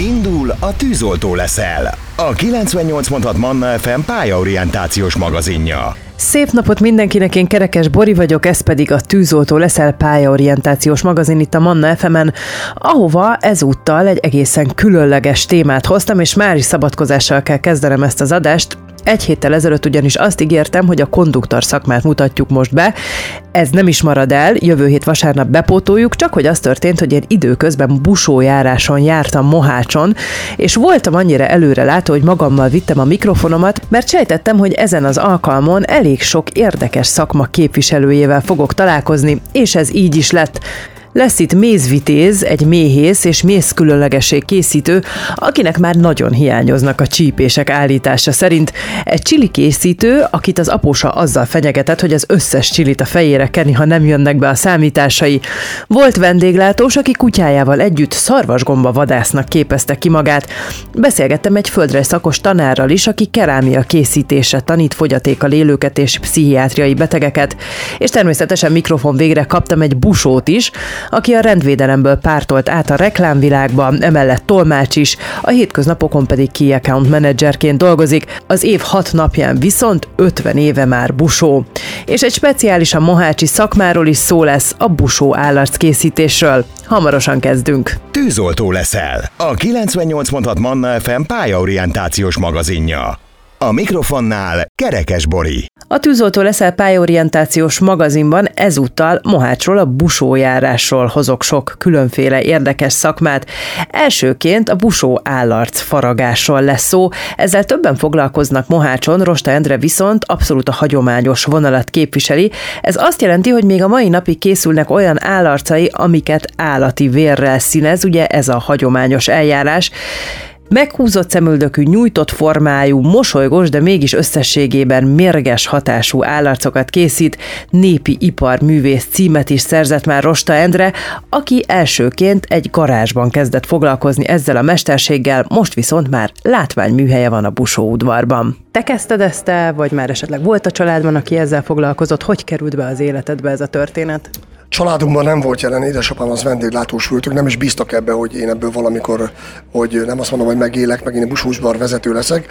Indul a Tűzoltó leszel, a 98.6 Manna FM pályaorientációs magazinja. Szép napot mindenkinek, én Kerekes Bori vagyok, ez pedig a Tűzoltó leszel pályaorientációs magazin itt a Manna FM-en, ahova ezúttal egy egészen különleges témát hoztam, és mári szabadkozással kell kezdenem ezt az adást. Egy héttel ezelőtt ugyanis azt ígértem, hogy a konduktor szakmát mutatjuk most be. Ez nem is marad el, jövő hét vasárnap bepótoljuk, csak hogy az történt, hogy én időközben busójáráson jártam Mohácson, és voltam annyira előrelátó, hogy magammal vittem a mikrofonomat, mert sejtettem, hogy ezen az alkalmon elég sok érdekes szakma képviselőjével fogok találkozni, és ez így is lett. Lesz itt mézvitéz, egy méhész és mézkülönlegesség készítő, akinek már nagyon hiányoznak a csípések állítása szerint. Egy csili készítő, akit az apósa azzal fenyegetett, hogy az összes csilit a fejére keni, ha nem jönnek be a számításai. Volt vendéglátós, aki kutyájával együtt szarvasgomba vadásznak képezte ki magát. Beszélgettem egy földrajz szakos tanárral is, aki kerámia készítésre tanít fogyatékkal élőket és pszichiátriai betegeket. És természetesen mikrofon végre kaptam egy busót is, aki a rendvédelemből pártolt át a reklámvilágba, emellett tolmács is, a hétköznapokon pedig key account menedzserként dolgozik, az év 6 napján viszont 50 éve már busó. És egy speciálisan mohácsi szakmáról is szó lesz, a busó állarckészítésről. Hamarosan kezdünk. Tűzoltó leszel, a 98.6 Manna FM pályaorientációs magazinja. A mikrofonnál Kerekes Bori. A Tűzoltó leszel pályaorientációs magazinban ezúttal Mohácsról, a busójárásról hozok sok különféle érdekes szakmát. Elsőként a busó állarc faragásról lesz szó. Ezzel többen foglalkoznak Mohácson, Rosta Endre viszont abszolút a hagyományos vonalat képviseli. Ez azt jelenti, hogy még a mai napig készülnek olyan állarcai, amiket állati vérrel színez, ugye ez a hagyományos eljárás. Meghúzott szemöldökű, nyújtott formájú, mosolygós, de mégis összességében mérges hatású állarcokat készít. Népi iparművész címet is szerzett már Rosta Endre, aki elsőként egy garázsban kezdett foglalkozni ezzel a mesterséggel, most viszont már látványműhelye van a busóudvarban. Te kezdted ezt el, vagy már esetleg volt a családban, aki ezzel foglalkozott? Hogy került be az életedbe ez a történet? Családunkban nem volt jelen, édesapám az vendéglátós volt, nem is bíztak ebbe, hogy én ebből valamikor, hogy nem azt mondom, hogy megélek, meg én busóudvar vezető leszek,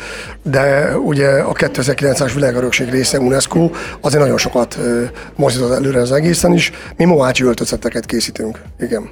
de ugye a 2009-es világörökség része UNESCO azért nagyon sokat mozdított előre az egészen is. Mi mohácsi öltözeteket készítünk, igen.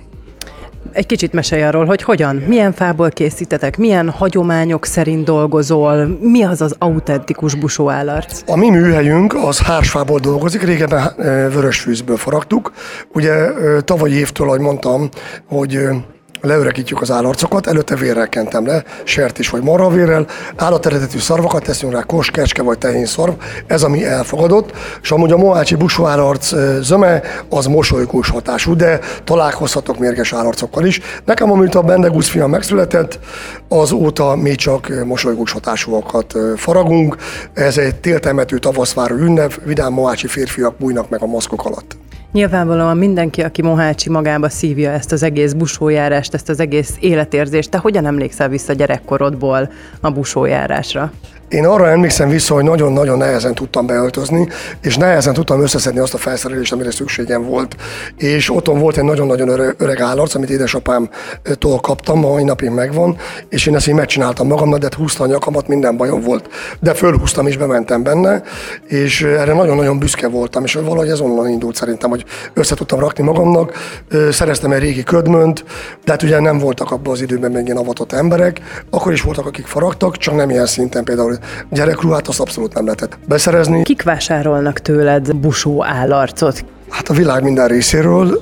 Egy kicsit mesélj arról, hogy hogyan, milyen fából készítetek, milyen hagyományok szerint dolgozol, mi az az autentikus busóállarc? A mi műhelyünk az hársfából dolgozik, régebben vörösfűzből faragtuk. Ugye tavalyi évtől, ahogy mondtam, hogy leöregítjük az állarcokat, előtte vérrel kentem le, sertés vagy marhavérrel, állateredetű szarvakat teszünk rá, kos, kecske vagy tehénszarv, ez ami elfogadott, és amúgy a mohácsi busóállarc zöme az mosolygós hatású, de találkozhatok mérges állarcokkal is. Nekem, amit a Bendegusz fiam megszületett, azóta mi csak mosolygós hatásúakat faragunk, ez egy téltemető tavaszváró ünnep, vidám mohácsi férfiak bújnak meg a maszkok alatt. Nyilvánvalóan mindenki, aki mohácsi, magába szívja ezt az egész busójárást, ezt az egész életérzést. Te hogyan emlékszel vissza gyerekkorodból a busójárásra? Én arra emlékszem vissza, hogy nagyon-nagyon nehezen tudtam beöltözni, és nehezen tudtam összeszedni azt a felszerelést, amire szükségem volt. És otthon volt egy nagyon-nagyon öreg állarc, amit édesapámtól kaptam, mai napig megvan, és én ezt így megcsináltam magamnak, de húzta a nyakamat, minden bajom volt. De fölhúztam és bementem benne, és erre nagyon-nagyon büszke voltam, és valahogy ez onnan indult szerintem, hogy össze tudtam rakni magamnak. Szereztem egy régi ködmönt, de hát ugye nem voltak abban az időben még ilyen avatott emberek, akkor is voltak, akik faragtak, csak nem ilyen szinten, például gyerekruhát azt abszolút nem lehetett beszerezni. Kik vásárolnak tőled busó állarcot? Hát a világ minden részéről.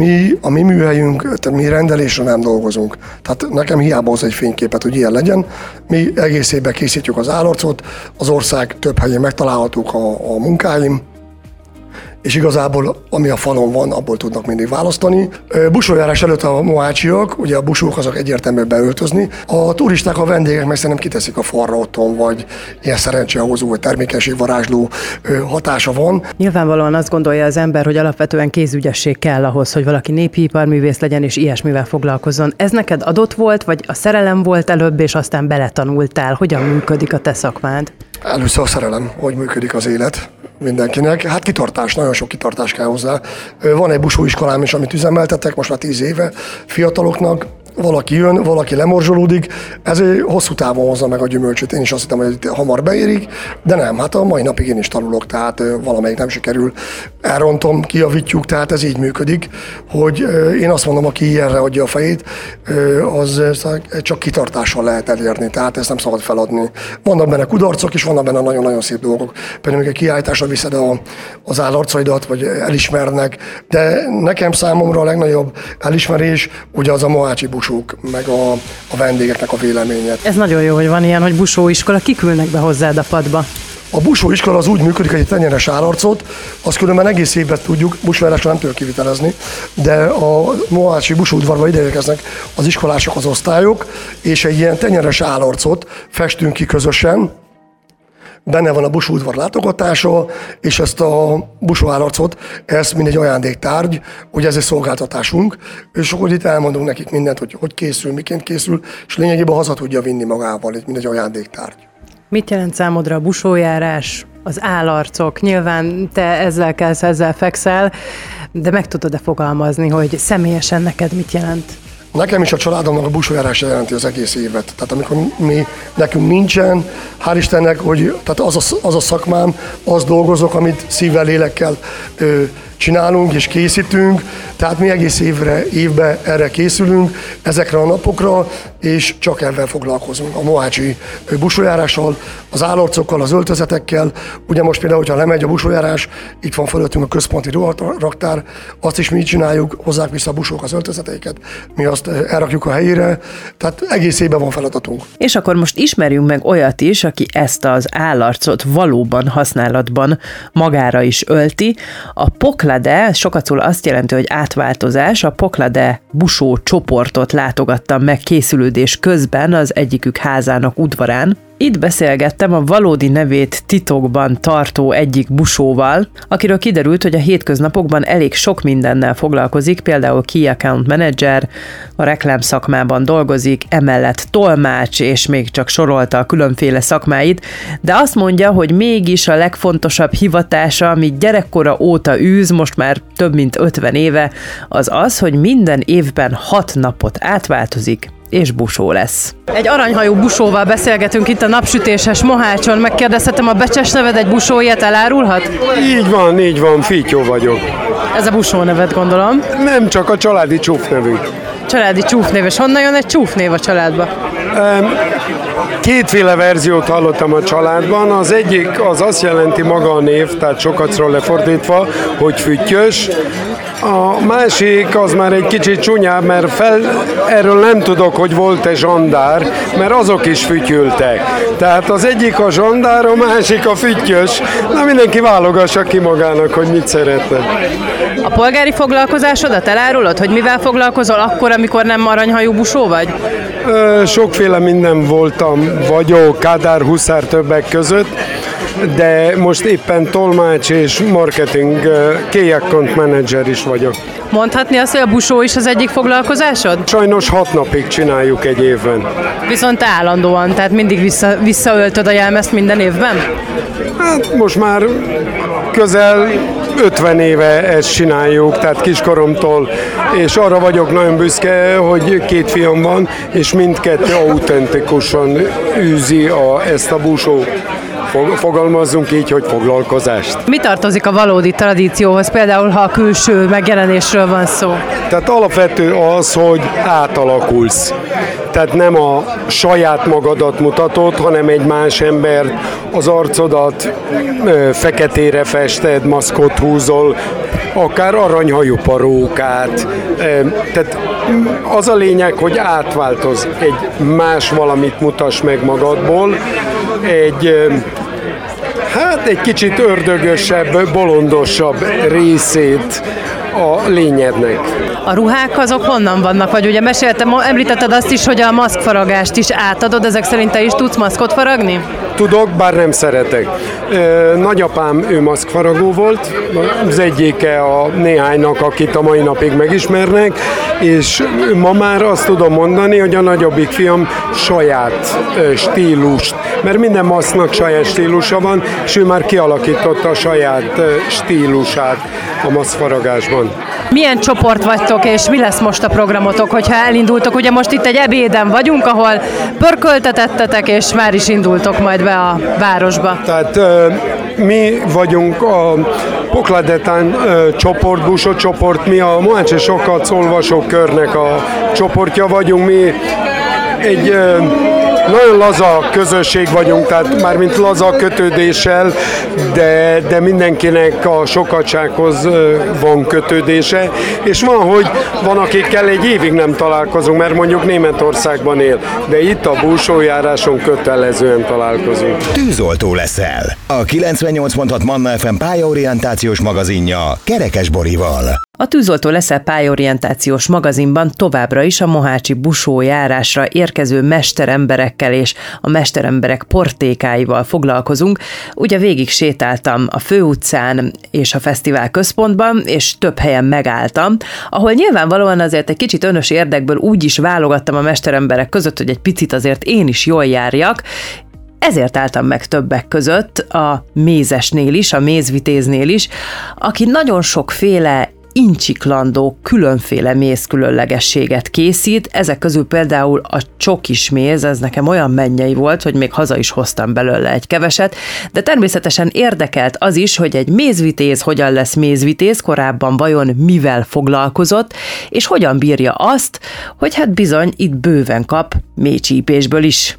A mi műhelyünk, tehát mi rendelésre nem dolgozunk. Tehát nekem hiába az egy fényképet, hogy ilyen legyen. Mi egész évben készítjük az állarcot, az ország több helyén megtalálhatók a munkáim, és igazából ami a falon van, abból tudnak mindig választani. Busójárás előtt a mohácsiak, ugye a busók azok egyértelműen beöltözni. A turisták, a vendégek meg szerintem kiteszik a falra otthon, vagy ilyen szerencsehozó, vagy termékenységvarázsló hatása van. Nyilvánvalóan azt gondolja az ember, hogy alapvetően kézügyesség kell ahhoz, hogy valaki népi iparművész legyen és ilyesmivel foglalkozzon. Ez neked adott volt, vagy a szerelem volt előbb, és aztán beletanultál? Hogyan működik a te szakmád? Először a szerelem, hogy működik az élet mindenkinek. Hát kitartás, nagyon sok kitartás kell hozzá. Van egy busóiskolám is, amit üzemeltetek most már 10 éve fiataloknak, valaki jön, valaki lemorzsolódik, ezért hosszú távon hozza meg a gyümölcsöt. Én is azt hittem, hogy hamar beérik, de nem, hát a mai napig én is tanulok, tehát valamelyik nem sikerül, elrontom, kijavítjuk, tehát ez így működik, hogy én azt mondom, aki ilyenre adja a fejét, az csak kitartással lehet elérni, tehát ezt nem szabad feladni. Vannak benne kudarcok is, vannak benne nagyon-nagyon szép dolgok. Például, amikor kiállításra viszed az állarcaidat, vagy elismernek, de nekem számomra a legnagyobb elismerés ugye az a mohácsi busók, meg a vendégeknek a véleménye. Ez nagyon jó, hogy van ilyen, hogy busóiskola, kik ülnek be hozzád a padba? A busóiskola az úgy működik, hogy egy tenyeres állarcot, azt különben egész évben tudjuk, busvárásra nem tudjuk kivitelezni, de a mohácsi busóudvarba ideérkeznek az iskolások, az osztályok, és egy ilyen tenyeres állarcot festünk ki közösen. Benne van a busóudvar látogatása, és ezt a busóállarcot, ez mind egy ajándéktárgy, ugye ez egy szolgáltatásunk, és akkor itt elmondunk nekik mindent, hogy készül, miként készül, és lényegében haza tudja vinni magával, mint egy ajándéktárgy. Mit jelent számodra a busójárás, az állarcok? Nyilván te ezzel kelsz, ezzel fekszel, de meg tudod-e fogalmazni, hogy személyesen neked mit jelent? Nekem is a családomnak a busójárás jelenti az egész évet. Tehát amikor nekünk nincsen, hál' Istennek, hogy tehát az a szakmám, az dolgozok, amit szívvel, lélekkel csinálunk és készítünk, tehát mi egész évben erre készülünk, ezekre a napokra, és csak ebben foglalkozunk. A mohácsi busójárással, az állarcokkal, az öltözetekkel. Ugye most például, hogyha lemegy a busójárás, itt van fölöttünk a központi ruharaktár, azt is mi így csináljuk, hozzák vissza a busók az öltözeteiket, mi azt elrakjuk a helyére, tehát egész évben van feladatunk. És akkor most ismerjünk meg olyat is, aki ezt az állarcot valóban használatban magára is ölti. A Poklade, sokat szól azt jelenti, hogy átváltozás, a Poklade busó csoportot látogattam meg készülődés közben az egyikük házának udvarán. Itt beszélgettem a valódi nevét titokban tartó egyik busóval, akiről kiderült, hogy a hétköznapokban elég sok mindennel foglalkozik, például Key Account Manager, a reklámszakmában dolgozik, emellett tolmács, és még csak sorolta a különféle szakmáit, de azt mondja, hogy mégis a legfontosabb hivatása, amit gyerekkora óta űz, most már több mint 50 éve, az az, hogy minden évben 6 napot átváltozik, és busó lesz. Egy aranyhajú busóval beszélgetünk itt a napsütéses Mohácson. Megkérdezhetem, a becses neved egy busó ilyet elárulhat? Így van, Fítyó vagyok. Ez a busó neved, gondolom. Nem, csak a családi csúfnevünk. Családi csúfnév, és honnan jön egy csúfnév a családba? Kétféle verziót hallottam a családban. Az egyik az azt jelenti maga a név, tehát sokacról lefordítva, hogy füttyös. A másik az már egy kicsit csúnyább, mert erről nem tudok, hogy volt-e zsandár, mert azok is fütyültek. Tehát az egyik a zsandár, a másik a füttyös. Na, mindenki válogassa ki magának, hogy mit szeretne. A polgári foglalkozásodat elárulod, hogy mivel foglalkozol akkor, amikor nem aranyhajú busó vagy? Sokféle minden vagyok, Kádár, Huszár többek között, de most éppen tolmács és marketing Key Account Manager is vagyok. Mondhatni azt, hogy a busó is az egyik foglalkozásod? Sajnos 6 napig csináljuk egy évben. Viszont állandóan, tehát mindig visszaöltöd a jelmezt minden évben? Hát most már közel 50 éve ezt csináljuk, tehát kiskoromtól, és arra vagyok nagyon büszke, hogy 2 fiam van, és mindkettő autentikusan űzi ezt a busó. Fogalmazzunk így, hogy foglalkozást. Mi tartozik a valódi tradícióhoz, például ha a külső megjelenésről van szó? Tehát alapvető az, hogy átalakulsz. Tehát nem a saját magadat mutatod, hanem egy más embert, az arcodat feketére fested, maszkot húzol, akár aranyhajú parókát. Tehát az a lényeg, hogy átváltoz, egy más valamit mutass meg magadból, egy kicsit ördögösebb, bolondosabb részét a lényednek. A ruhák azok honnan vannak? Vagy ugye említetted azt is, hogy a maszkfaragást is átadod, ezek szerint te is tudsz maszkot faragni? Tudok, bár nem szeretek. Nagyapám, ő maszkfaragó volt, az egyike a néhánynak, akit a mai napig megismernek, és ma már azt tudom mondani, hogy a nagyobbik fiam saját stílust, mert minden maszknak saját stílusa van, és ő már kialakította a saját stílusát a maszkfaragásban. van. Milyen csoport vagytok, és mi lesz most a programotok, hogyha elindultok? Ugye most itt egy ebéden vagyunk, ahol pörköltetettetek, és már is indultok majd be a városba. Tehát mi vagyunk a Pokladetán csoport, Busó csoport, mi a Mohácsi Sokac olvasókörnek a csoportja vagyunk, mi egy nagyon laza közösség vagyunk, tehát mármint laza kötődéssel, de mindenkinek a sokatsághoz van kötődése, és van akikkel egy évig nem találkozunk, mert mondjuk Németországban él, de itt a búsójáráson kötelezően találkozunk. Tűzoltó leszel. A 98.6 Manna FM pályaorientációs magazinja Kerekes Borival. A Tűzoltó leszel pályaorientációs magazinban továbbra is a mohácsi busójárásra érkező mesteremberekkel és a mesteremberek portékáival foglalkozunk. Ugye végig sétáltam a főutcán és a fesztivál központban, és több helyen megálltam, ahol nyilvánvalóan azért egy kicsit önös érdekből úgy is válogattam a mesteremberek között, hogy egy picit azért én is jól járjak. Ezért álltam meg többek között a mézesnél is, a mézvitéznél is, aki nagyon sokféle incsiklandó, különféle mézkülönlegességet készít, ezek közül például a csokis méz, ez nekem olyan mennyei volt, hogy még haza is hoztam belőle egy keveset, de természetesen érdekelt az is, hogy egy mézvitéz hogyan lesz mézvitéz, korábban vajon mivel foglalkozott, és hogyan bírja azt, hogy hát bizony itt bőven kap méhcsípésből is.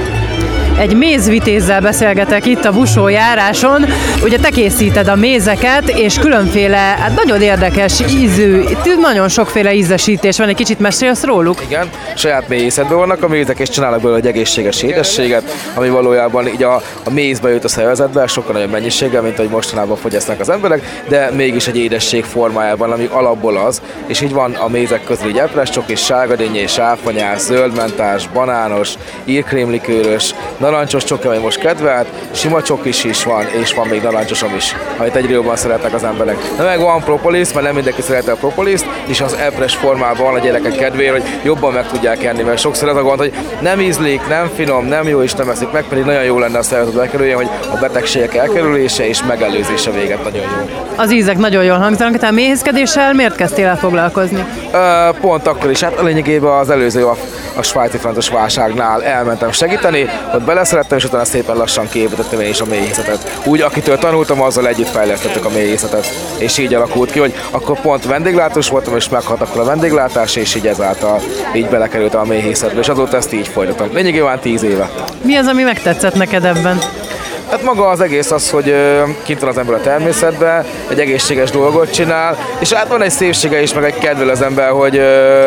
Egy mézvitézzel beszélgetek itt a busójáráson. Ugye te készíted a mézeket, és különféle, hát nagyon érdekes ízű, nagyon sokféle ízesítés van, egy kicsit mesélsz róluk? Igen, saját méhészetből vannak a mézek, és csinálnak belőle egy egészséges édességet, ami valójában így a mézbe jut a szervezetbe, sokkal nagyobb mennyiséggel, mint ahogy mostanában fogyasztanak az emberek, de mégis egy édesség formájában, ami alapból az, és így van a mézek közül így epres csokis, sárgadinnyés, áfonyás, zöldmentás, banános, írkrémlikőrös, narancsos csoki, ami most kedvelt, sima csokis is van, és van még narancsosom is, amit egyre jobban szeretnek az emberek. De meg van propolis, mert nem mindenki szereti a propoliszt, és az epres formában van a gyerekek kedvéért, hogy jobban meg tudják enni, mert sokszor az a gond, hogy nem ízlik, nem finom, nem jó és nem eszik meg, pedig nagyon jó lenne a szervezetbe elkerüljen, hogy a betegségek elkerülése és megelőzése véget nagyon jó. Az ízek nagyon jól hangzanak, tehát a méhészkedéssel miért kezdtél el foglalkozni? Pont akkor is, hát a lényegében az előző a svájci francos válságnál elmentem segíteni, ott beleszerettem, és utána szépen lassan kiépítettem én is a méhészetet. Úgy, akitől tanultam, azzal együtt fejlesztettük a méhészetet, és így alakult ki, hogy akkor pont vendéglátós voltam, és meghalt akkor a vendéglátás, és így ezáltal így belekerültem a méhészetbe, és azóta ezt így folytatom. Lényegében 10 éve. Mi az, ami megtetszett neked ebben? Hát maga az egész az, hogy kint van az ember a természetben, egy egészséges dolgot csinál, és hát van egy szépsége is, meg egy kedvel az ember, hogy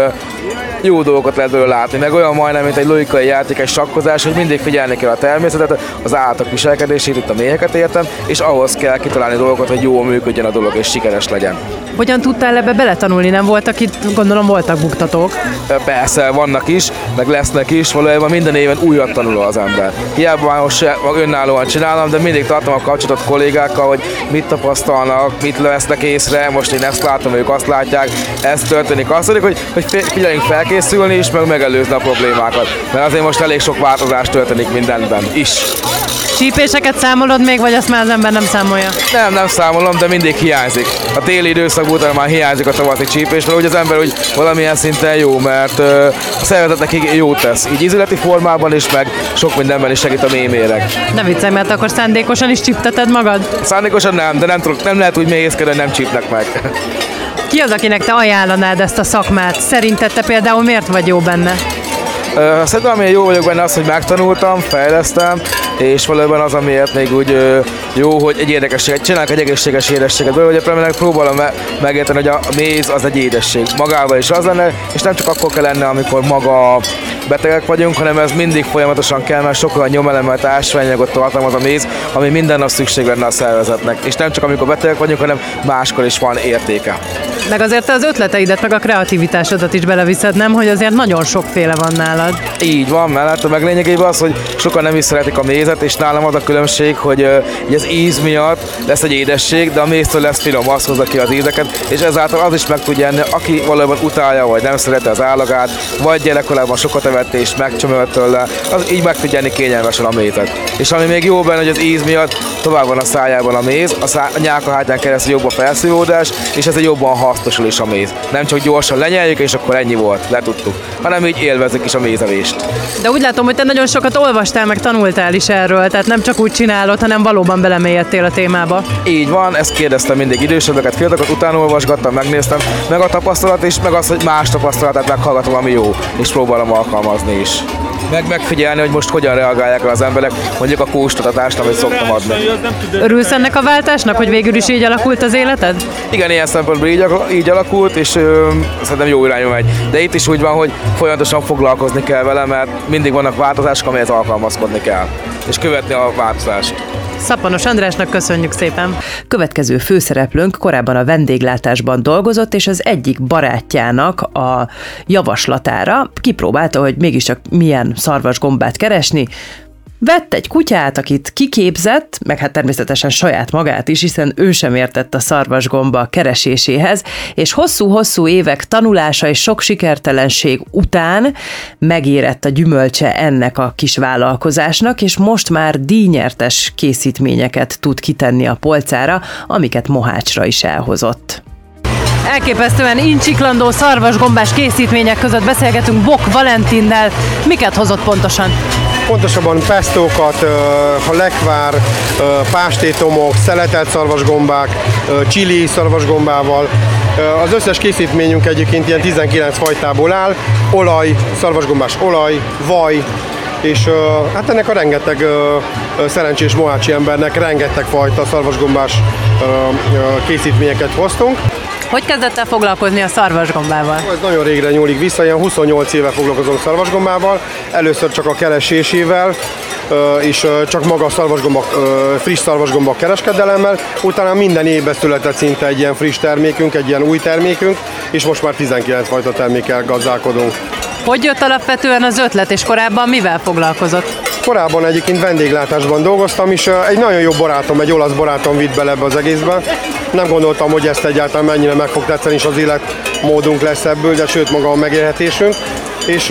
jó dolgokat lehet belőle látni, meg olyan majdnem, mint egy logikai játék, egy sakkozás, hogy mindig figyelni kell a természetet, az állatok viselkedését, itt a méheket értem, és ahhoz kell kitalálni dolgokat, hogy jól működjön a dolog, és sikeres legyen. Hogyan tudtál ebbe beletanulni? Nem voltak itt, gondolom voltak buktatók? Persze, vannak is, meg lesznek is, valójában minden éven újat tanul az ember. Hiába már most önállóan csinálom, de mindig tartom a kapcsolatot kollégákkal, hogy mit tapasztalnak, mit vesznek észre, most én ezt látom, ők azt látják, ez történik. Azt mondjuk, hogy figyeljünk felkészülni is, meg megelőzni a problémákat, mert azért most elég sok változás történik mindenben is. Csípéseket számolod még, vagy azt már az ember nem számolja? Nem számolom, de mindig hiányzik. A téli időszak után már hiányzik a tavaszi csípés, mert úgy az ember úgy valamilyen szinten jó, mert a szervezetnek jót tesz. Így ízületi formában is, meg sok mindenben is segít a méhméreg. Ne viccelj, mert akkor szándékosan is csípteted magad? Szándékosan nem, de nem lehet úgy méhészkedni, hogy nem csípnek meg. Ki az, akinek te ajánlanád ezt a szakmát? Szerinted te például miért vagy jó benne? Szerintem amilyen jó vagyok benne az, hogy megtanultam, fejlesztem, és valójában az, amiért még úgy jó, hogy egy érdekességet csinálok, egy egészséges édességet belőle, hogy próbálom megérteni, hogy a méz az egy édesség. Magával is az lenne, és nem csak akkor kell lenne, amikor maga betegek vagyunk, hanem ez mindig folyamatosan kell, mert sokkal nyomelemet, ásványanyagot tartalmaz a méz, ami minden nap szükség lenne a szervezetnek. És nem csak amikor betegek vagyunk, hanem máskor is van értéke. Meg azért te az ötleteidet, meg a kreativitásodat is beleviszed, nem? Hogy azért nagyon sokféle van nálad. Így van, mellett meg lényegében az, hogy sokan nem is szeretik a mézet, és nálam az a különbség, hogy az íz miatt lesz egy édesség, de a méztől lesz finom, az hozza ki az ízeket, és ezáltal az is meg tudja enni, aki valójában utálja, vagy nem szereti az állagát, vagy gyerekkorában sokat észrevette és megcsomölt tőle, az így meg tudja enni kényelmesen a mézet. És ami még jó benne, hogy az íz miatt tovább van a szájában a méz, a nyálkahártyán keresztül jobb a felszívódás, és ez jobban hasznosul is a méz. Nem csak gyorsan lenyeljük, és akkor ennyi volt, letudtuk, hanem így élvezzük is a mézevést. De úgy látom, hogy te nagyon sokat olvastál, meg tanultál is erről, tehát nem csak úgy csinálod, hanem valóban belemélyedtél a témába. Így van, ezt kérdeztem mindig idősebbeket, fiatalokat, utána olvasgattam, megnéztem, meg a tapasztalat is, meg az, hogy más tapasztalatát meghallgatom, ami jó, és próbálom alkalmazni is. Megfigyelni, hogy most hogyan reagálják az emberek, mondjuk a kóstoltatást, amit szoktam adni. Örülsz ennek a váltásnak, hogy végül is így alakult az életed? Igen, ilyen szempontból így alakult, és szerintem jó irányba megy. De itt is úgy van, hogy folyamatosan foglalkozni kell vele, mert mindig vannak változások, amihez alkalmazkodni kell, és követni a változást. Szappanos Andrásnak köszönjük szépen! Következő főszereplőnk korábban a vendéglátásban dolgozott, és az egyik barátjának a javaslatára kipróbálta, hogy mégiscsak milyen szarvasgombát keresni. Vett egy kutyát, akit kiképzett, meg hát természetesen saját magát is, hiszen ő sem értett a szarvasgomba kereséséhez, és hosszú-hosszú évek tanulása és sok sikertelenség után megérett a gyümölcse ennek a kis vállalkozásnak, és most már díjnyertes készítményeket tud kitenni a polcára, amiket Mohácsra is elhozott. Elképesztően incsiklandó szarvasgombás készítmények között beszélgetünk Bok Valentinnel. Miket hozott pontosan? Pontosabban pestókat, lekvár, pástétomok, szeletelt szarvasgombák, chili szarvasgombával. Az összes készítményünk egyébként ilyen 19 fajtából áll, olaj, szarvasgombás olaj, vaj, és hát ennek a rengeteg szerencsés mohácsi embernek rengeteg fajta szarvasgombás készítményeket hoztunk. Hogy kezdett el foglalkozni a szarvasgombával? Ez nagyon régre nyúlik vissza, ilyen 28 éve foglalkozom szarvasgombával, először csak a keresésével, és csak maga a szarvasgomba, friss szarvasgomba kereskedelemmel, utána minden évben született szinte egy ilyen friss termékünk, egy ilyen új termékünk, és most már 19 fajta termékkel gazdálkodunk. Hogy jött alapvetően az ötlet, és korábban mivel foglalkozott? Korábban egyébként vendéglátásban dolgoztam, és egy nagyon jó barátom, egy olasz barátom vitt bele ebbe az egészbe. Nem gondoltam, hogy ezt egyáltalán mennyire meg fog tetszeni, és az életmódunk lesz ebből, de sőt maga a megélhetésünk. És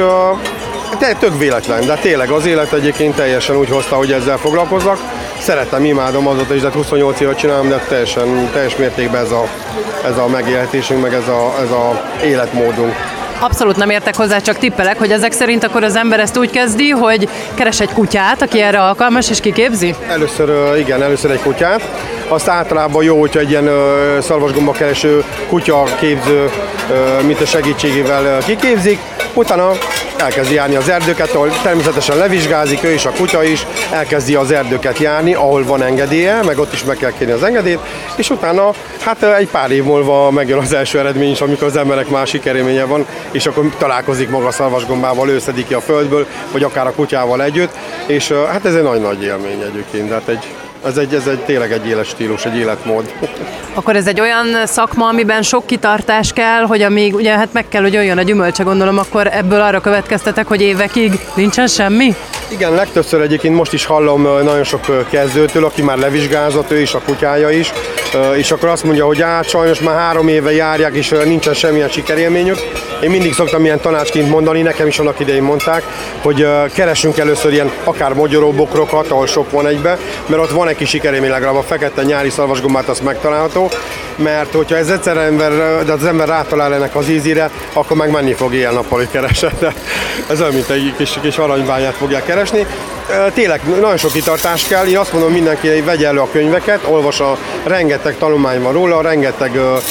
tök véletlen, de tényleg az élet egyébként teljesen úgy hozta, hogy ezzel foglalkozzak. Szeretem, imádom azóta is, de 28 évet csinálom, de teljes mértékben ez a megélhetésünk, meg ez a életmódunk. Abszolút nem értek hozzá, csak tippelek, hogy ezek szerint akkor az ember ezt úgy kezdi, hogy keres egy kutyát, aki erre alkalmas, és kiképzi? Először egy kutyát. Azt általában jó, hogyha egy ilyen szarvasgomba kereső kutyaképző, mint a segítségével kiképzik. Utána elkezdi járni az erdőket, ahol természetesen levizsgázik, ő is, a kutya is, elkezdi az erdőket járni, ahol van engedélye, meg ott is meg kell kérni az engedélyt, és utána hát egy pár év múlva megjön az első eredmény is, amikor az emberek már sikerélménye van, és akkor találkozik maga a szarvasgombával, ő szedik ki a földből, vagy akár a kutyával együtt, és hát ez egy nagy élmény egyébként, hát ez egy tényleg egy életstílus, egy életmód. Akkor ez egy olyan szakma, amiben sok kitartás kell, hogy amíg ugye hát meg kell, hogy jöjjön a gyümölcse, gondolom, akkor ebből arra következtetek, hogy évekig nincsen semmi? Igen, legtöbbször egyébként most is hallom nagyon sok kezdőtől, aki már levizsgázott, ő is, a kutyája is, és akkor azt mondja, hogy sajnos már 3 éve járják, és nincsen semmilyen sikerélményük. Én mindig szoktam ilyen tanácsként mondani, nekem is annak idején mondták, hogy keressünk először ilyen akár mogyoróbokrokat, ahol sok van egybe, mert ott van egy kis sikerélmény, legalább a fekete nyári szarvasgombát az megtalálható, mert hogyha ez egyszer az ember rátalál ennek az ízére, akkor meg menni fog éjjel-nappal, hogy keresett. Ez olyan, mint egy kis aranybányát fogják keresni. Tényleg nagyon sok kitartás kell, én azt mondom mindenki, hogy vegye elő a könyveket, olvassa, rengeteg tanulmány van róla, rengeteg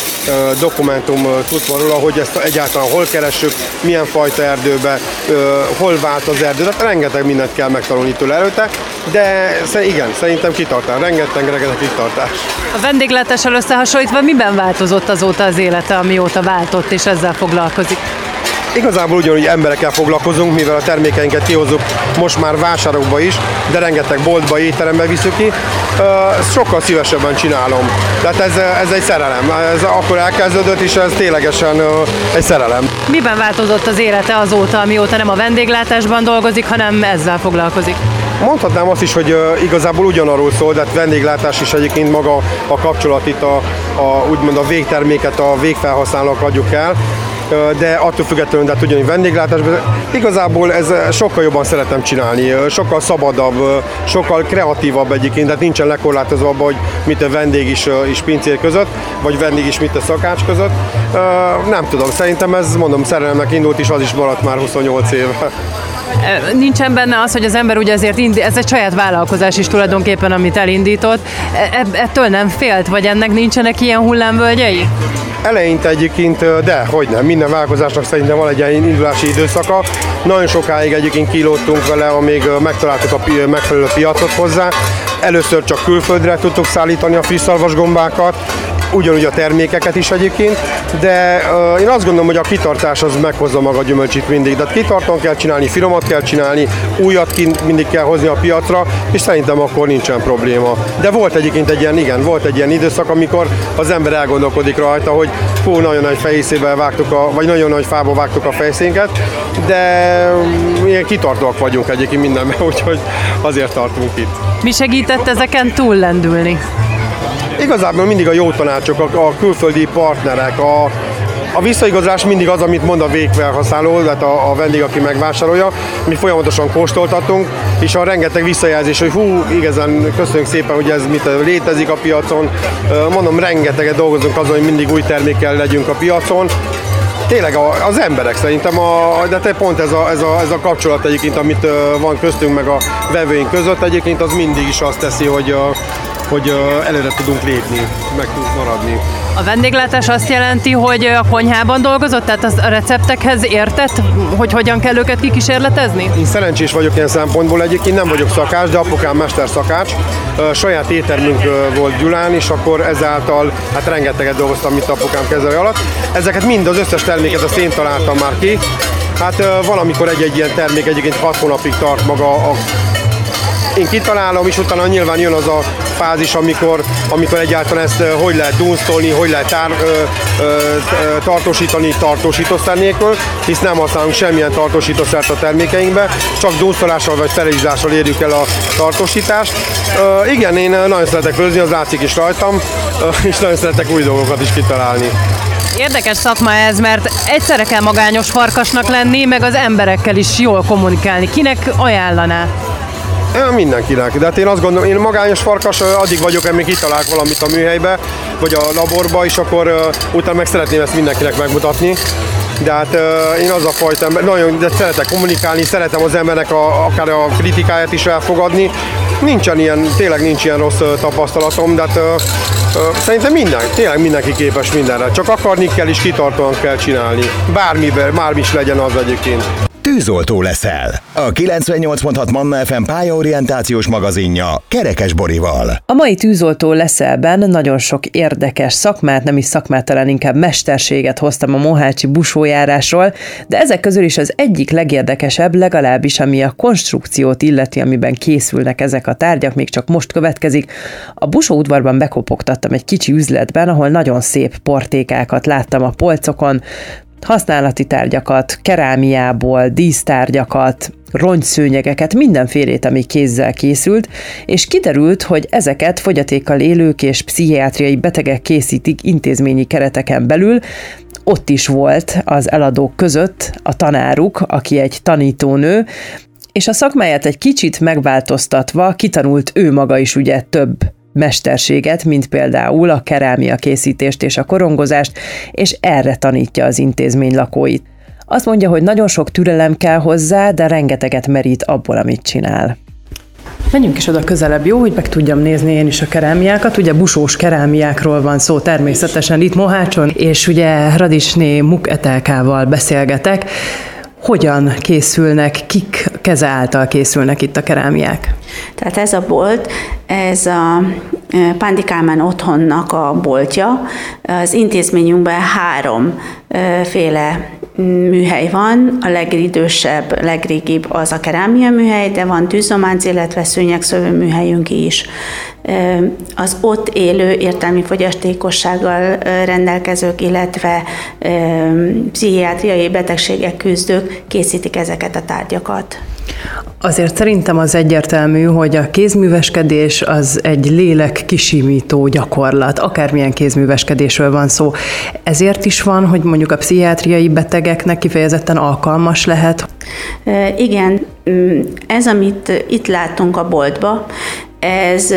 dokumentum tud van róla, hogy ezt egyáltalán hol keressük, milyen fajta erdőbe, hol vált az erdő, tehát rengeteg mindent kell megtanulni tőle előtte, de igen, szerintem kitartás, rengeteg kitartás. A vendéglátással összehasonlítva miben változott azóta az élete, amióta váltott és ezzel foglalkozik? Igazából ugyanúgy emberekkel foglalkozunk, mivel a termékeinket kihozzuk most már vásárokba is, de rengeteg boltba, étterembe viszük ki. Sokkal szívesebben csinálom. Tehát ez egy szerelem. Ez akkor elkezdődött, és ez ténylegesen egy szerelem. Miben változott az élete azóta, amióta nem a vendéglátásban dolgozik, hanem ezzel foglalkozik? Mondhatnám azt is, hogy igazából ugyanarról szól, de vendéglátás is egyébként maga a kapcsolat itt úgymond a végterméket a végfelhasználók adjuk el. de attól függetlenül, de ugyanúgy vendéglátásban. Igazából ez sokkal jobban szeretem csinálni, sokkal szabadabb, sokkal kreatívabb egyébként, tehát nincsen lekorlátozva abban, hogy mit a vendég is pincér között, vagy vendég is mit a szakács között. Nem tudom, szerintem ez, mondom, szerelemnek indult, és az is maradt már 28 éve. Nincsen benne az, hogy az ember ugye azért ez egy saját vállalkozás is tulajdonképpen, amit elindított. Ettől nem félt, vagy ennek nincsenek ilyen hullámvölgyei? Eleinte egyébként, de hogy nem, minden vállalkozásnak szerintem van egy ilyen indulási időszaka. Nagyon sokáig egyébként kilódtunk vele, amíg megtaláltuk a megfelelő piacot hozzá. Először csak külföldre tudtuk szállítani a friss szarvasgombákat, ugyanúgy a termékeket is egyébként, de én azt gondolom, hogy a kitartás az meghozza maga a gyümölcsét mindig. De kitartóan kell csinálni, finomat kell csinálni, újat mindig kell hozni a piacra, és szerintem akkor nincsen probléma. De volt egyébként volt egy ilyen időszak, amikor az ember elgondolkodik rajta, hogy nagyon nagy fejszével vágtuk, vagy nagyon nagy fába vágtuk a fejszénket, de ilyen kitartóak vagyunk egyébként mindenben, úgyhogy azért tartunk itt. Mi segített ezeken túllendülni? Igazából mindig a jó tanácsok, a külföldi partnerek, a visszaigazolás mindig az, amit mond a végfelhasználó, tehát a vendég, aki megvásárolja. Mi folyamatosan kóstoltatunk, és a rengeteg visszajelzés, hogy igazán köszönjük szépen, hogy ez mit létezik a piacon. Mondom, rengeteget dolgozunk azon, hogy mindig új termékkel legyünk a piacon. Tényleg az emberek szerintem, de pont ez a kapcsolat egyébként, amit van köztünk meg a vevőink között, egyébként az mindig is azt teszi, hogy előre tudunk lépni, meg tudunk maradni. A vendéglátás azt jelenti, hogy a konyhában dolgozott, tehát a receptekhez értett, hogy hogyan kell őket kikísérletezni? Én szerencsés vagyok ilyen szempontból, egyébként nem vagyok szakács, de apukám mesterszakács. Saját éttermünk volt Gyulán, és akkor ezáltal hát rengeteget dolgoztam, mint apukám kezelő alatt. Ezeket mind, az összes terméket azt én találtam már ki. Hát valamikor egy ilyen termék egyébként 6 hónapig tart maga én kitalálom, és utána nyilván jön az a fázis, amikor egyáltalán ezt hogy lehet dunsztolni, hogy lehet tartósítani tartósítószer nélkül, hisz nem használunk semmilyen tartósítószert a termékeinkbe, csak dunsztolással vagy felizsdással érjük el a tartósítást. Igen, én nagyon szeretek főzni, az látszik is rajtam, és nagyon szeretek új dolgokat is kitalálni. Érdekes szakma ez, mert egyszerre kell magányos farkasnak lenni, meg az emberekkel is jól kommunikálni. Kinek ajánlaná? Mindenkinek, de hát én azt gondolom, én magányos farkas addig vagyok, amíg kitalálok valamit a műhelybe, vagy a laborba, és akkor utána meg szeretném ezt mindenkinek megmutatni. De hát én az a fajta ember, nagyon szeretek kommunikálni, szeretem az embernek akár a kritikáját is elfogadni. Tényleg nincs ilyen rossz tapasztalatom, de hát szerintem tényleg mindenki képes mindenre. Csak akarni kell és kitartóan kell csinálni. Bármi is legyen az egyébként. Tűzoltó leszel. A 98.6 Manna FM pályaorientációs magazinja Kerekes Borival. A mai Tűzoltó leszelben nagyon sok érdekes szakmát, nem is szakmát, talán inkább mesterséget hoztam a mohácsi busójárásról, de ezek közül is az egyik legérdekesebb, legalábbis ami a konstrukciót illeti, amiben készülnek ezek a tárgyak, még csak most következik. A busóudvarban bekopogtattam egy kicsi üzletben, ahol nagyon szép portékákat láttam a polcokon, használati tárgyakat, kerámiából, dísztárgyakat, rongyszőnyegeket, mindenfélét, ami kézzel készült, és kiderült, hogy ezeket fogyatékkal élők és pszichiátriai betegek készítik intézményi kereteken belül. Ott is volt az eladók között a tanáruk, aki egy tanítónő, és a szakmáját egy kicsit megváltoztatva kitanult ő maga is ugye több mesterséget, mint például a kerámia készítést és a korongozást, és erre tanítja az intézmény lakóit. Azt mondja, hogy nagyon sok türelem kell hozzá, de rengeteget merít abból, amit csinál. Menjünk is oda közelebb, jó, hogy meg tudjam nézni én is a kerámiákat. Ugye busós kerámiákról van szó természetesen itt Mohácson, és ugye Radisné Muketelkával beszélgetek. Hogyan készülnek, kik keze által készülnek itt a kerámiák? Tehát ez a bolt, ez a Pándi Kálmán otthonnak a boltja. Az intézményünkben 3 féle műhely van, a legidősebb, legrégibb az a kerámia műhely, de van tűzománc, illetve szőnyegszövő műhelyünk is. Az ott élő értelmi fogyatékossággal rendelkezők, illetve pszichiátriai betegségek küzdők készítik ezeket a tárgyakat. Azért szerintem az egyértelmű, hogy a kézműveskedés az egy lélek kisimító gyakorlat, akármilyen kézműveskedésről van szó. Ezért is van, hogy mondjuk a pszichiátriai betegeknek kifejezetten alkalmas lehet. Igen, ez, amit itt látunk a boltba, ez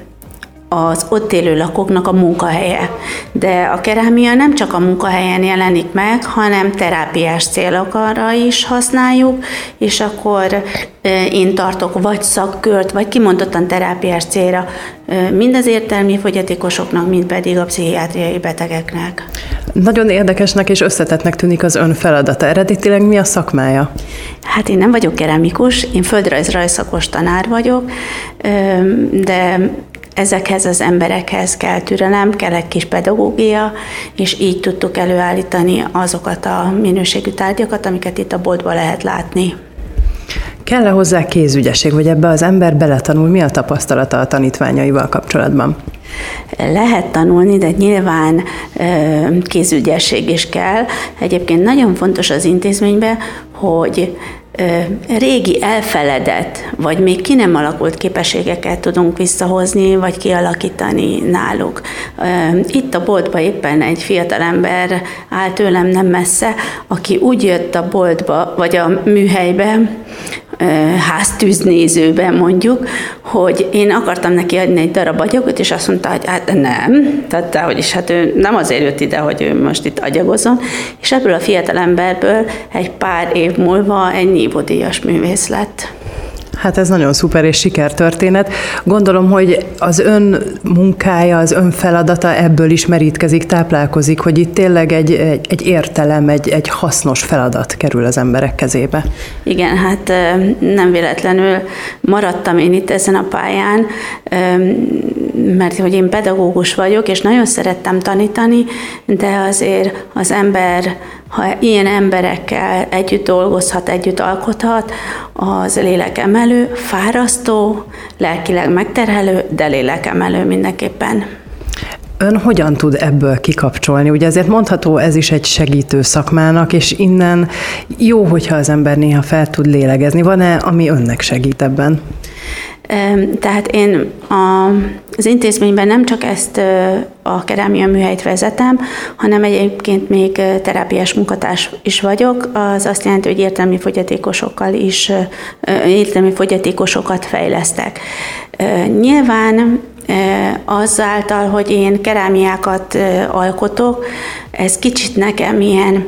az ott élő lakóknak a munkahelye. De a kerámia nem csak a munkahelyen jelenik meg, hanem terápiás célokra is használjuk, és akkor én tartok vagy szakkört, vagy kimondottan terápiás célra, mind az értelmi fogyatékosoknak, mind pedig a pszichiátriai betegeknek. Nagyon érdekesnek és összetettnek tűnik az ön feladata. Eredetileg mi a szakmája? Hát én nem vagyok keramikus, én földrajz-rajzszakos tanár vagyok, de ezekhez az emberekhez kell türelem, kell egy kis pedagógia, és így tudtuk előállítani azokat a minőségű tárgyakat, amiket itt a boltban lehet látni. Kell-e hozzá kézügyesség, vagy ebbe az ember beletanul? Mi a tapasztalata a tanítványaival kapcsolatban? Lehet tanulni, de nyilván kézügyesség is kell. Egyébként nagyon fontos az intézményben, hogy régi elfeledett, vagy még ki nem alakult képességeket tudunk visszahozni, vagy kialakítani náluk. Itt a boltba éppen egy fiatalember áll tőlem nem messze, aki úgy jött a boltba, vagy a műhelybe, háztűznézőbe mondjuk, hogy én akartam neki adni egy darab agyagot, és azt mondta, hogy hát nem, tehát hogy hát ő nem azért jött ide, hogy ő most itt agyagozzon, és ebből a fiatalemberből egy pár év múlva egy nívódíjas művész lett. Hát ez nagyon szuper és sikertörténet. Gondolom, hogy az ön munkája, az ön feladata ebből is merítkezik, táplálkozik, hogy itt tényleg egy értelem, egy hasznos feladat kerül az emberek kezébe. Igen, hát nem véletlenül maradtam én itt ezen a pályán, mert hogy én pedagógus vagyok, és nagyon szerettem tanítani, de azért az ember, ha ilyen emberekkel együtt dolgozhat, együtt alkothat, az lélekemelő, fárasztó, lelkileg megterhelő, de lélekemelő mindenképpen. Ön hogyan tud ebből kikapcsolni? Ugye ezért mondható, ez is egy segítő szakmának, és innen jó, hogyha az ember néha fel tud lélegezni. Van-e, ami önnek segít ebben? Tehát én az intézményben nem csak ezt a kerámia műhelyt vezetem, hanem egyébként még terápiás munkatárs is vagyok. Az azt jelenti, hogy értelmi fogyatékosokat fejlesztek. Nyilván azáltal, hogy én kerámiákat alkotok, ez kicsit nekem ilyen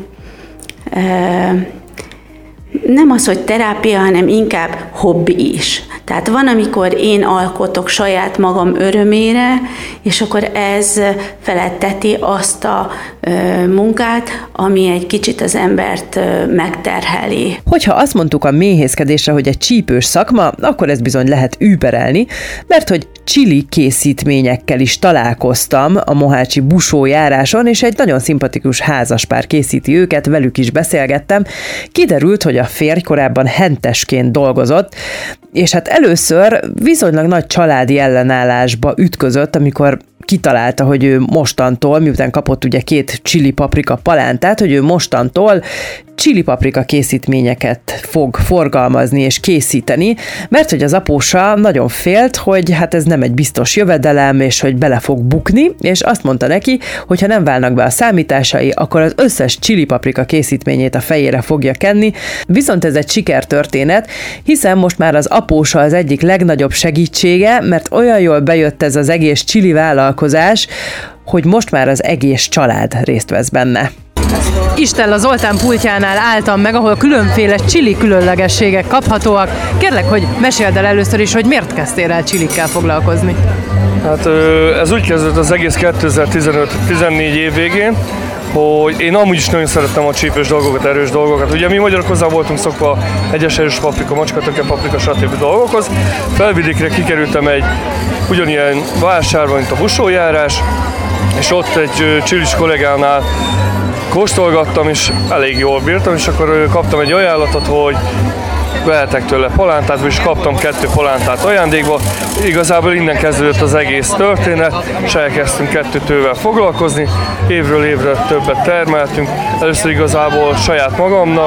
nem az, hogy terápia, hanem inkább hobbi is. Tehát van, amikor én alkotok saját magam örömére, és akkor ez feletteti azt a munkát, ami egy kicsit az embert megterheli. Hogyha azt mondtuk a méhészkedésre, hogy egy csípős szakma, akkor ez bizony lehet überelni, mert hogy chili készítményekkel is találkoztam a mohácsi busójáráson, és egy nagyon szimpatikus házaspár készíti őket, velük is beszélgettem. Kiderült, hogy a férj korábban hentesként dolgozott, és hát először viszonylag nagy családi ellenállásba ütközött, amikor kitalálta, hogy ő mostantól, miután kapott ugye 2 chili paprika palántát, hogy ő mostantól chili paprika készítményeket fog forgalmazni és készíteni, mert hogy az apósa nagyon félt, hogy hát ez nem egy biztos jövedelem, és hogy bele fog bukni, és azt mondta neki, hogy ha nem válnak be a számításai, akkor az összes chili paprika készítményét a fejére fogja kenni. Viszont ez egy sikertörténet, hiszen most már az apósa az egyik legnagyobb segítsége, mert olyan jól bejött ez az egész chili vállalkozás, hogy most már az egész család részt vesz benne. Istella Zoltán pultjánál álltam meg, ahol különféle chili különlegességek kaphatóak. Kérlek, hogy meséld el először is, hogy miért kezdtél el chilikkel foglalkozni? Hát ez úgy kezdődött az egész 2015-14 év végén, hogy én amúgy is nagyon szerettem a csípős dolgokat, erős dolgokat. Ugye mi magyarok hozzá voltunk szokva egyes erős paprika, macskatöke, paprika, stb. Dolgokhoz. Felvidékre kikerültem egy ugyanilyen vásárba, mint a busójárás, és ott egy csilis kollégánál kóstolgattam, és elég jól bírtam, és akkor kaptam egy ajánlatot, hogy vehetek tőle palántát, és kaptam 2 palántát ajándékba. Igazából innen kezdődött az egész történet, és elkezdtünk 2 tővel foglalkozni, évről évre többet termeltünk. Először igazából saját magamnak,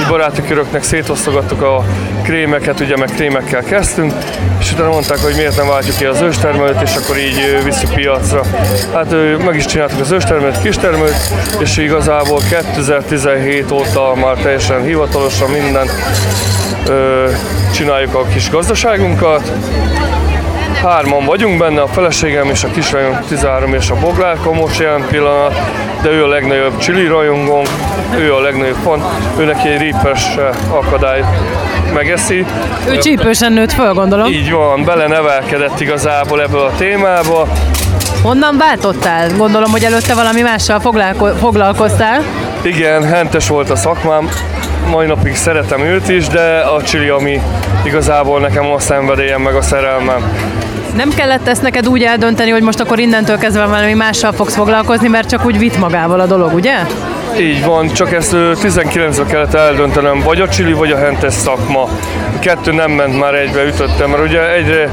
baráti köröknek szétosztogattuk a krémeket, ugye meg krémekkel kezdtünk, és utána mondták, hogy miért nem váltjuk ki az őstermelőt, és akkor így visszük piacra. Hát meg is csináltuk az őstermelőt, kistermelőt, és igazából 2017 óta már teljesen hivatalosan minden csináljuk a kis gazdaságunkat. 3-an vagyunk benne, a feleségem és a kislányom 13 és a Boglárka most jelen pillanat, de ő a legnagyobb chili rajongónk, ő a legnagyobb fan, ő neki egy reapers akadály megeszi. Ő csípősen nőtt föl, gondolom. Így van, belenevelkedett igazából ebből a témába. Honnan váltottál? Gondolom, hogy előtte valami mással foglalkoztál. Igen, hentes volt a szakmám, mai napig szeretem őt is, de a chili, ami igazából nekem a szenvedélyem meg a szerelmem. Nem kellett ezt neked úgy eldönteni, hogy most akkor innentől kezdve valami mással fogsz foglalkozni, mert csak úgy vitt magával a dolog, ugye? Így van, csak ezt 19-ben kellett eldöntenem, vagy a chili, vagy a hentes szakma. A kettő nem ment már egybe, ütöttem, mert ugye egyre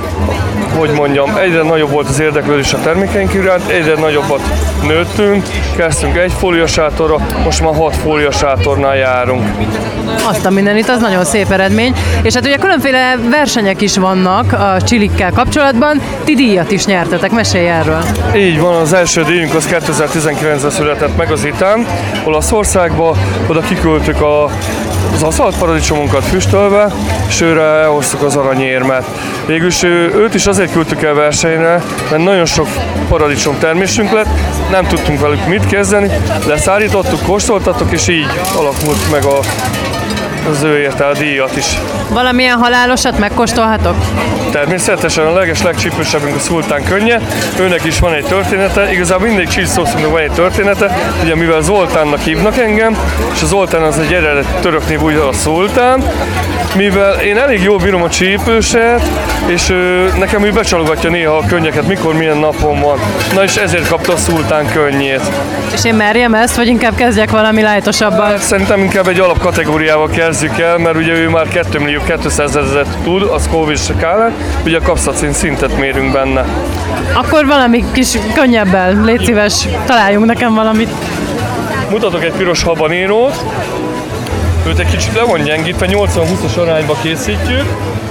nagyobb volt az érdeklődés a termékeink iránt, egyre nagyobbat nőttünk, kezdtünk 1 fóliasátorra, most már 6 fóliasátornál járunk. Azt a mindenit, az nagyon szép eredmény. És hát ugye különféle versenyek is vannak a chilikkel kapcsolatban, ti díjat is nyertetek, mesélj erről. Így van, az első díjunk az 2019-ben született meg az ITÁN, Olaszországba, oda kiküldtük az aszfalt paradicsomunkat füstölve, és őre elhoztuk az aranyérmet. Végülis őt is azért küldtük el versenyre, mert nagyon sok paradicsom termésünk lett, nem tudtunk velük mit kezdeni, leszállítottuk, kóstoltattuk, és így alakult meg az ő érte a díjat is. Valamilyen halálosat megkóstolhatok? Természetesen a legcsípősebbünk a szultán könnye, őnek is van egy története, igazából mindig cheese szószunknak van egy története, ugye mivel Zoltánnak hívnak engem, és a Zoltán az egy eredet török név, ugye a szultán, mivel én elég jól bírom a csípőset, és nekem ő becsalogatja néha a könnyeket, mikor milyen napon van. Na és ezért kapta a szultán könnyét. És én merjem ezt, vagy inkább kezdjek valami lájtosabban? Hát, szerintem inkább egy alapkategóriával kezdjük el, mert ugye ő már 2.200.000 tud a Scoville skálán, ugye a kapszacin szintet mérünk benne. Akkor valami kis könnyebben, légy szíves, találjunk nekem valamit. Mutatok egy piros habanérót. Őt egy kicsit le van gyengítve, 80-20-as arányba készítjük.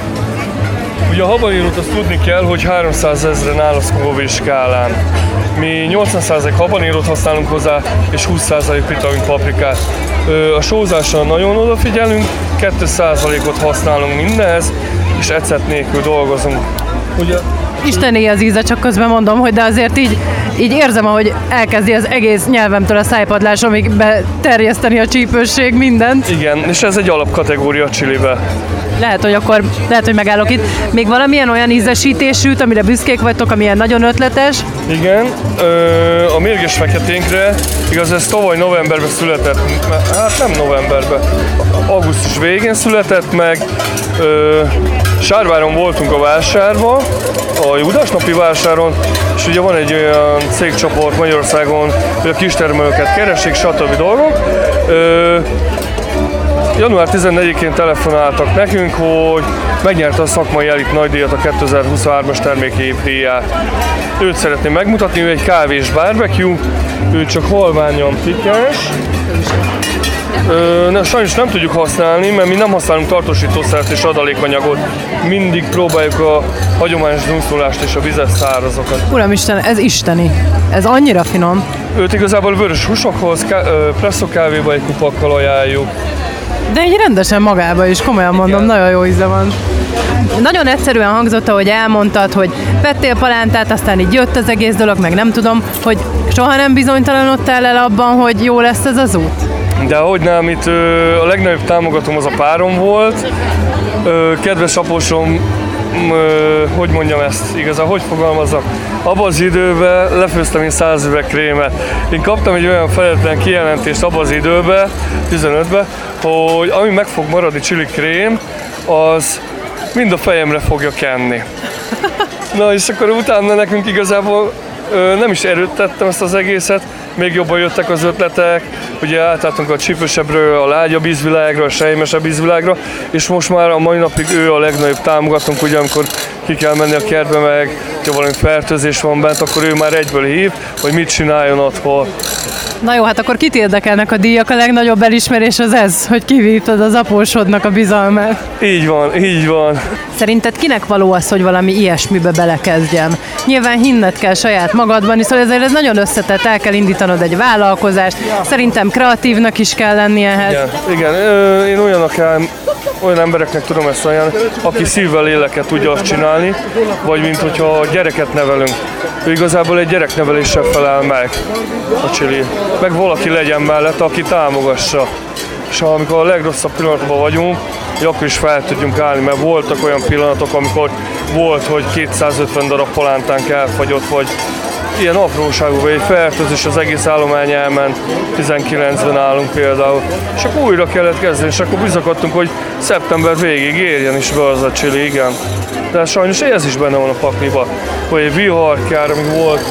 Ugye a habanérót azt tudni kell, hogy 300 000-en áll a Scoville skálán. Mi 80% habanérót használunk hozzá, és 20% vitamin paprikát. A sózással nagyon odafigyelünk, 2%-ot használunk mindenhez, és ecet nélkül dolgozunk. Ugye? Isteni az íze, csak közben mondom, hogy de azért így érzem, ahogy elkezdi az egész nyelvemtől a szájpadlásomig beterjeszteni a csípősség mindent. Igen, és ez egy alapkategória a chilibe. Lehet, hogy megállok itt. Még valamilyen olyan ízesítésűt, amire büszkék vagytok, amilyen nagyon ötletes? Igen, a mérges feketénkre, igaz ez tavaly novemberben született, hát nem novemberben, augusztus végén született meg. Sárváron voltunk a vásárba, a Júdásnapi vásáron, és ugye van egy olyan cégcsoport Magyarországon, hogy a kistermelőket keresik, stb. Dolgok. Január 14-én telefonáltak nekünk, hogy megnyerte a szakmai elit nagydíjat, a 2023-as termékév díját. Őt szeretném megmutatni, ő egy kávés barbecue, ő csak halványan pikáns. Sajnos nem tudjuk használni, mert mi nem használunk tartósítószert és adalékanyagot. Mindig próbáljuk a hagyományos dunsztulást és a vizes szárazokat. Uramisten, ez isteni. Ez annyira finom. Őt igazából vörös húsokhoz, presszó kávéba egy kupakkal ajánljuk. De így rendesen magába is, komolyan mondom, igen. Nagyon jó íze van. Nagyon egyszerűen hangzott, ahogy elmondtad, hogy vettél palántát, aztán így jött az egész dolog, meg nem tudom, hogy soha nem bizonytalanodtál el abban, hogy jó lesz ez az út? De ahogy nem, itt a legnagyobb támogatom az a párom volt. Kedves apósom, hogy mondjam ezt, igazán, hogy fogalmazzak? Abban az időben lefőztem én 100 üveg krémet. Én kaptam egy olyan feltétlen kijelentést abban az időben, 15-ben, hogy ami meg fog maradni chili krém, az mind a fejemre fogja kenni. Na és akkor utána nekünk igazából nem is erőltettem ezt az egészet, még jobban jöttek az ötletek, ugye átálltunk a csípősebbről, a lágyabb ízvilágra, a sejmesebb ízvilágra, és most már a mai napig ő a legnagyobb támogatónk, ugye amikor ki kell menni a kertbe, meg hogyha valami fertőzés van bent, akkor ő már egyből hív, hogy mit csináljon otthon. Na jó, hát akkor kit érdekelnek a díjak? A legnagyobb elismerés az ez, hogy kivívtad az apósodnak a bizalmát. Így van, így van. Szerinted kinek való az, hogy valami ilyesmibe belekezdjen? Nyilván hinned kell saját magadban, szóval ezért ez nagyon összetett, el kell indítanod egy vállalkozást, szerintem kreatívnak is kell lenni ehhez. Igen, én olyan embereknek tudom ezt ajánlani, aki szívvel, lélekkel tudja azt csinálni, vagy mint hogyha gyereket nevelünk. Ő igazából egy gyerekneveléssel felel meg a Chili. Meg valaki legyen mellett, aki támogassa. És amikor a legrosszabb pillanatban vagyunk, akkor is fel tudjunk állni, mert voltak olyan pillanatok, amikor volt, hogy 250 darab palántánk elfagyott, vagy ilyen apróságú, vagy egy fertőzés, az egész állomány elment, 19-ben állunk például. És akkor újra kellett kezdeni, és akkor bizakodtunk, hogy szeptember végig érjen is be az a Chili, igen. De sajnos ez is benne van a pakliba, hogy egy viharkár, ami volt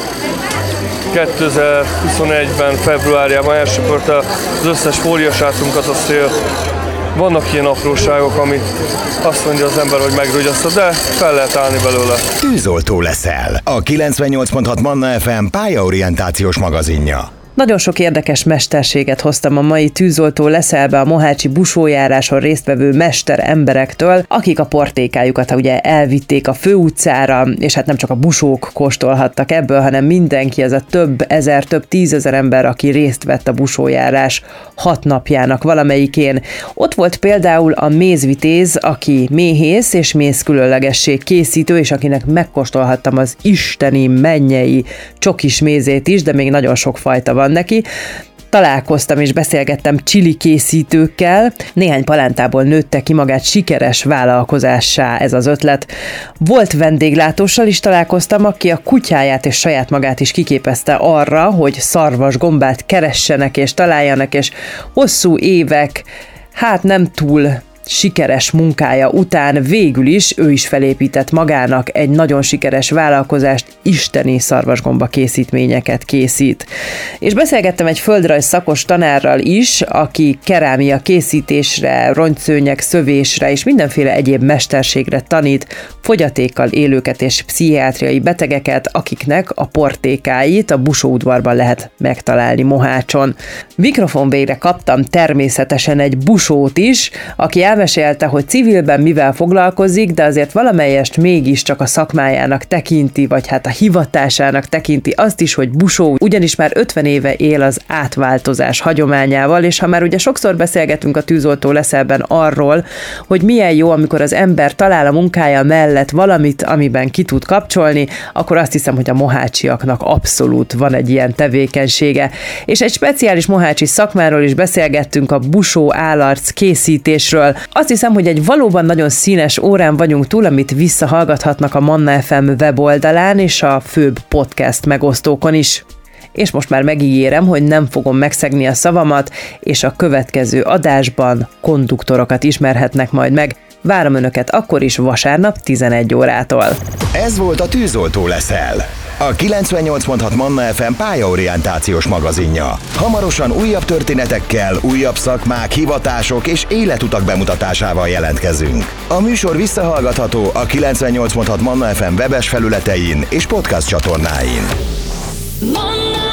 2021-ben, februárjában elsöpörte az összes fóliasátunkat a szél. Vannak ilyen apróságok, ami azt mondja az ember, hogy megrúgyaszta, de fel lehet állni belőle. Tűzoltó leszel. A 98.6 Manna FM pályaorientációs magazinja. Nagyon sok érdekes mesterséget hoztam a mai Tűzoltó leszelbe a mohácsi busójáráson résztvevő mester emberektől, akik a portékájukat ugye elvitték a főutcára, és hát nem csak a busók kóstolhattak ebből, hanem mindenki, ez a több ezer, több tízezer ember, aki részt vett a busójárás 6 napjának valamelyikén. Ott volt például a mézvitéz, aki méhész és mézkülönlegesség készítő, és akinek megkóstolhattam az isteni mennyei csokis mézét is, de még nagyon sok fajta van neki. Találkoztam és beszélgettem chili készítőkkel, néhány palántából nőtte ki magát sikeres vállalkozássá ez az ötlet. Volt vendéglátóssal is találkoztam, aki a kutyáját és saját magát is kiképezte arra, hogy szarvasgombát keressenek és találjanak, és hosszú évek, hát nem túl sikeres munkája után végül is ő is felépített magának egy nagyon sikeres vállalkozást, isteni szarvasgomba készítményeket készít. És beszélgettem egy földrajz szakos tanárral is, aki kerámia készítésre, rongyszőnyeg szövésre és mindenféle egyéb mesterségre tanít fogyatékkal élőket és pszichiátriai betegeket, akiknek a portékáit a busóudvarban lehet megtalálni Mohácson. Mikrofon végre kaptam természetesen egy busót is, aki elmesélte, hogy civilben mivel foglalkozik, de azért valamelyest mégiscsak a szakmájának tekinti, vagy hát a hivatásának tekinti azt is, hogy busó, ugyanis már 50 éve él az átváltozás hagyományával, és ha már ugye sokszor beszélgetünk a Tűzoltó leszelben arról, hogy milyen jó, amikor az ember talál a munkája mellett valamit, amiben ki tud kapcsolni, akkor azt hiszem, hogy a mohácsiaknak abszolút van egy ilyen tevékenysége. És egy speciális mohácsi szakmáról is beszélgettünk, a busó állarc készítésről. Azt hiszem, hogy egy valóban nagyon színes órán vagyunk túl, amit visszahallgathatnak a Manna FM weboldalán és a főbb podcast megosztókon is. És most már megígérem, hogy nem fogom megszegni a szavamat, és a következő adásban konduktorokat ismerhetnek majd meg. Várom Önöket akkor is vasárnap 11 órától. Ez volt a Tűzoltó leszel. A 98.6 Manna FM pályaorientációs magazinja. Hamarosan újabb történetekkel, újabb szakmák, hivatások és életutak bemutatásával jelentkezünk. A műsor visszahallgatható a 98.6 Manna FM webes felületein és podcast csatornáin. Manna